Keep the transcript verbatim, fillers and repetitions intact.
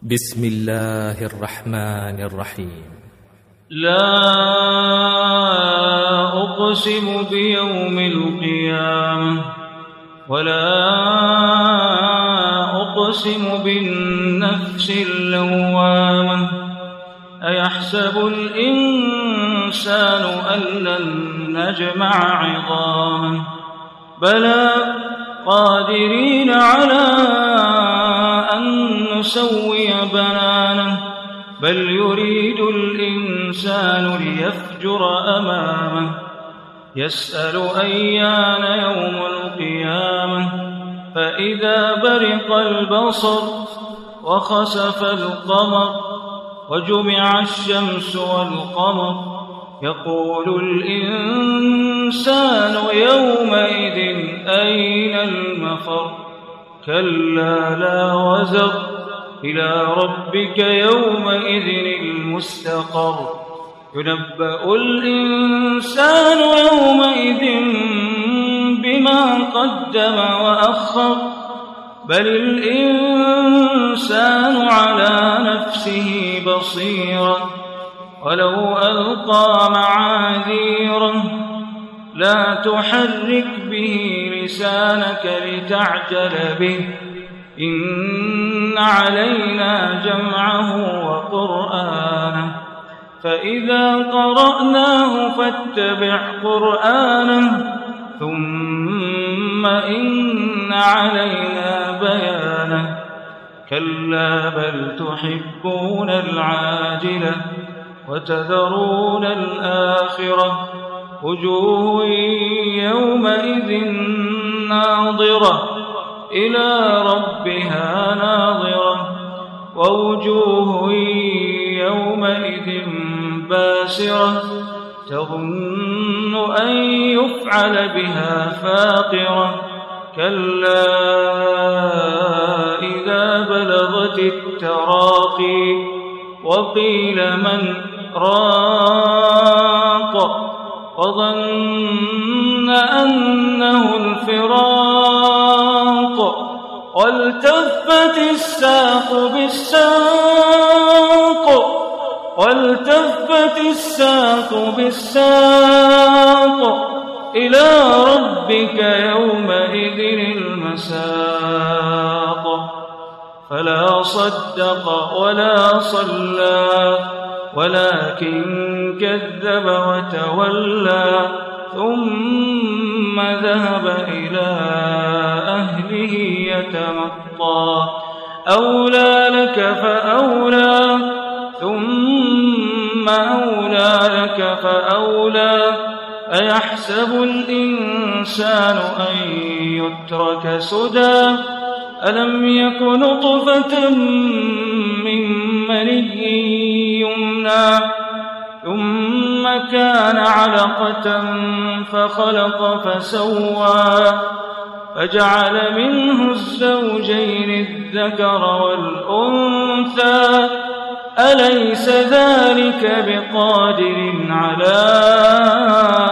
بسم الله الرحمن الرحيم. لا أقسم بيوم القيامة ولا أقسم بالنفس اللوامة أيحسب الإنسان أن لن نجمع عظامه بلى قادرين على أن نسوي بنانه بل يريد الإنسان ليفجر أمامه يسأل أيان يوم القيامة فإذا برق البصر وخسف القمر وجمع الشمس والقمر يقول الإنسان يومئذ أين المفر كلا لا وزر إلى ربك يومئذ المستقر ينبأ الإنسان يومئذ بما قدم وأخر بل الإنسان على نفسه بصيرة ولو ألقى معاذيره لا تحرك به لسانك لتعجل به إن علينا جمعه وقرآنه فإذا قرأناه فاتبع قرآنه ثم إن علينا بيانه كلا بل تحبون العاجلة وتذرون الآخرة وجوه يومئذ ناظرة إلى ربها ناظرة ووجوه يومئذ باسرة تظن أن يفعل بها فاقرة كلا إذا بلغت التراقي وقيل من راق وظن أنه الفراق والتفت الساق بالساق والتفت الساق بالساق إلى ربك يومئذ المساق فلا صدق ولا صلى ولكن كذب وتولى ثم ذهب إلى أهله يتمطى أولى لك فأولى ثم أولى لك فأولى أيحسب الإنسان أن يترك سدى ألم يك نطفة من مني يمنى ثم كان علقة فخلق فسوى فجعل منه الزوجين الذكر والأنثى أليس ذلك بقادر على